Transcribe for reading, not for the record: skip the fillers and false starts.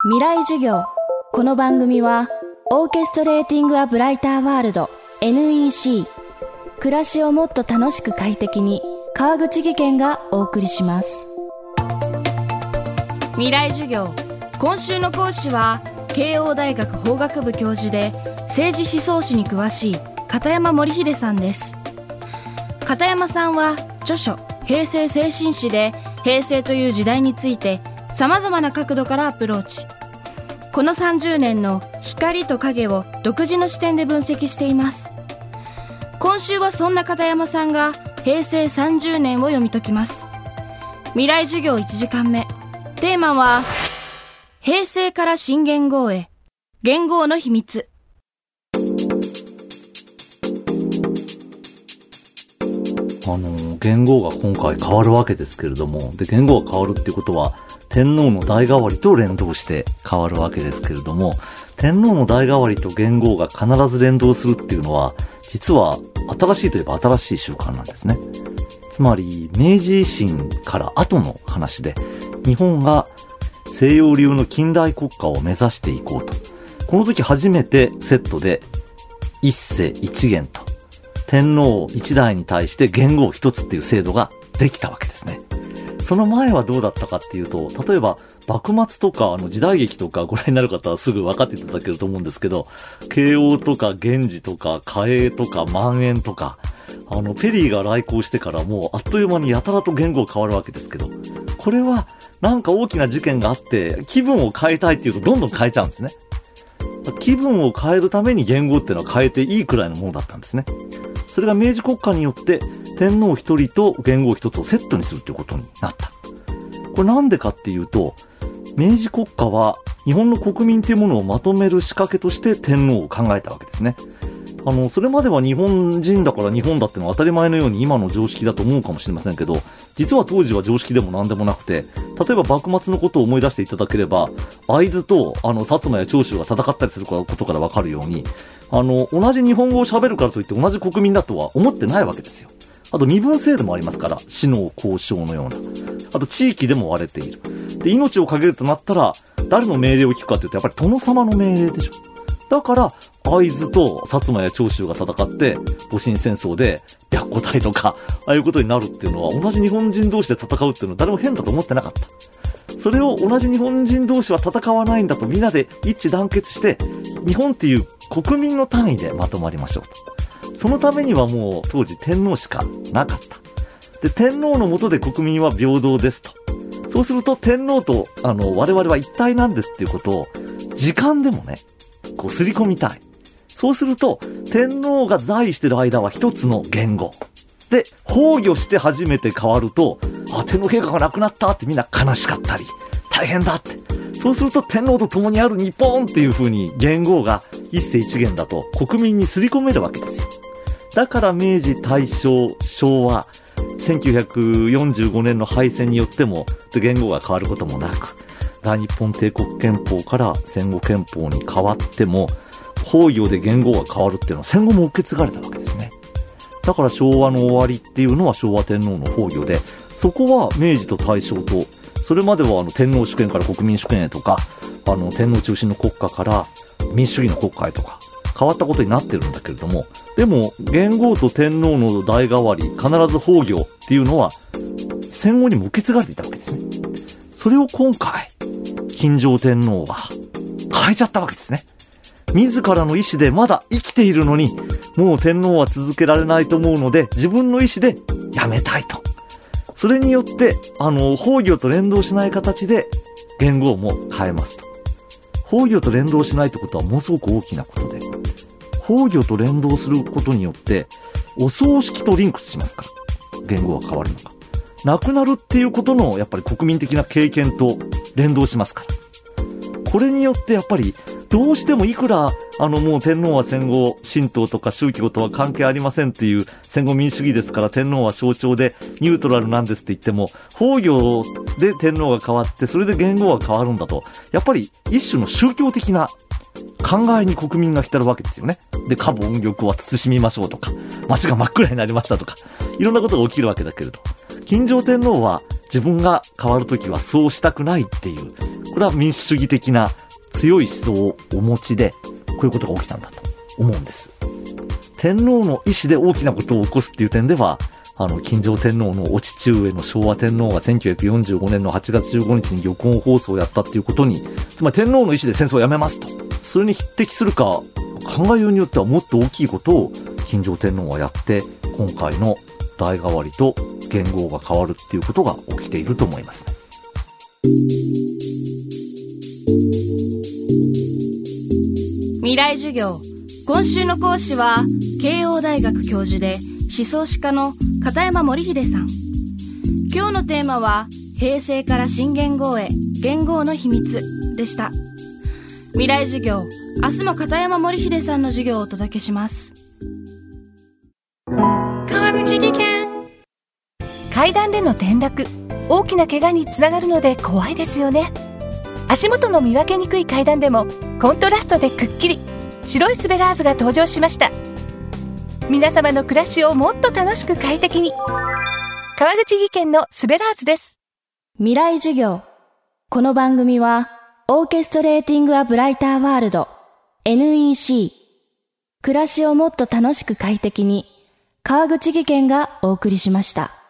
未来授業。この番組はオーケストレーティングアブライターワールド NEC 暮らしをもっと楽しく快適に川口義賢がお送りします。未来授業、今週の講師は慶応大学法学部教授で政治思想史に詳しい片山盛秀さんです。片山さんは著書平成精神史で平成という時代についてさまざまな角度からアプローチ。この30年の光と影を独自の視点で分析しています。今週はそんな片山さんが平成30年を読み解きます。未来授業1時間目、テーマは平成から新元号へ、元号の秘密。 元号が今回変わるわけですけれども、で元号が変わるっていうことは天皇の代替わりと連動して変わるわけですけれども、天皇の代替わりと元号が必ず連動するっていうのは実は新しいといえば新しい習慣なんですね。つまり明治維新から後の話で、日本が西洋流の近代国家を目指していこうと。この時初めてセットで一世一元と、天皇一代に対して元号一つっていう制度ができたわけですね。その前はどうだったかっていうと、例えば幕末とか時代劇とかご覧になる方はすぐ分かっていただけると思うんですけど、慶応とか源氏とか嘉永とか万延とか、ペリーが来航してからもうあっという間にやたらと元号変わるわけですけど、これはなんか大きな事件があって気分を変えたいっていうとどんどん変えちゃうんですね。気分を変えるために元号っていうのは変えていいくらいのものだったんですね。それが明治国家によって天皇一人と元号一つをセットにするということになった。これなんでかっていうと、明治国家は日本の国民というものをまとめる仕掛けとして天皇を考えたわけですね。それまでは日本人だから日本だってのは当たり前のように今の常識だと思うかもしれませんけど、実は当時は常識でも何でもなくて、例えば幕末のことを思い出していただければ、会津と薩摩や長州が戦ったりすることから分かるように、同じ日本語を喋るからといって同じ国民だとは思ってないわけですよ。あと身分制度もありますから、士農工商のような。あと地域でも割れている。で、命をかけるとなったら誰の命令を聞くかというとやっぱり殿様の命令でしょ。だから会津と薩摩や長州が戦って戊辰戦争で白虎隊とかああいうことになるっていうのは、同じ日本人同士で戦うっていうのは誰も変だと思ってなかった。それを同じ日本人同士は戦わないんだと、みんなで一致団結して日本っていう国民の単位でまとまりましょうと。そのためにはもう当時天皇しかなかった。で、天皇の下で国民は平等ですと。そうすると天皇と我々は一体なんですっていうことを時間でもね、こう刷り込みたい。そうすると天皇が在位している間は一つの元号で、崩御して初めて変わると、天皇陛下が亡くなったってみんな悲しかったり大変だって。そうすると天皇と共にある日本っていう風に元号が一世一元だと国民に刷り込めるわけですよ。だから明治、大正、昭和、1945年の敗戦によっても元号が変わることもなく、大日本帝国憲法から戦後憲法に変わっても崩御で元号が変わるっていうのは戦後も受け継がれたわけですね。だから昭和の終わりっていうのは昭和天皇の崩御で、そこは明治と大正と、それまでは天皇主権から国民主権へとか、天皇中心の国家から民主主義の国家へとか変わったことになってるんだけれども、でも元号と天皇の代替わり、必ず崩御っていうのは戦後にも受け継がれていたわけですね。それを今回金城天皇は変えちゃったわけですね。自らの意思でまだ生きているのに、もう天皇は続けられないと思うので自分の意思でやめたいと。それによって崩御と連動しない形で元号も変えますと。崩御と連動しないってことはものすごく大きなことで、崩御と連動することによってお葬式とリンクしますから、元号が変わるのか。亡くなるっていうことのやっぱり国民的な経験と連動しますから、これによってやっぱりどうしてもいくらもう天皇は戦後神道とか宗教とは関係ありませんっていう戦後民主主義ですから、天皇は象徴でニュートラルなんですって言っても、崩御で天皇が変わってそれで元号が変わるんだと、やっぱり一種の宗教的な考えに国民が浸るわけですよね。で、家母音玉は慎みましょうとか、街が真っ暗になりましたとか、いろんなことが起きるわけだけれど、金城天皇は自分が変わるときはそうしたくないっていう、 これは民主主義的な強い思想をお持ちで、こういうことが起きたんだと思うんです。天皇の意思で大きなことを起こすっていう点では、金城天皇のお父上の昭和天皇が1945年の8月15日に玉音放送をやったっていうことに、つまり天皇の意思で戦争をやめますと、それに匹敵するか考えようによってはもっと大きいことを金城天皇はやって、今回の代替わりと元号が変わるっていうことが起きていると思いますね。 未来授業、今週の講師は慶応大学教授で思想史家の片山盛秀さん。今日のテーマは平成から新元号へ元号の秘密でした。未来授業、明日も片山盛秀さんの授業をお届けします。 川口技研。階段での転落、大きな怪我につながるので怖いですよね。足元の見分けにくい階段でもコントラストでくっきり白いスベラーズが登場しました。皆様の暮らしをもっと楽しく快適に、川口技研のスベラーズです。 未来授業、この番組はオーケストレーティングアブライターワールド NEC、 暮らしをもっと楽しく快適に、川口技研がお送りしました。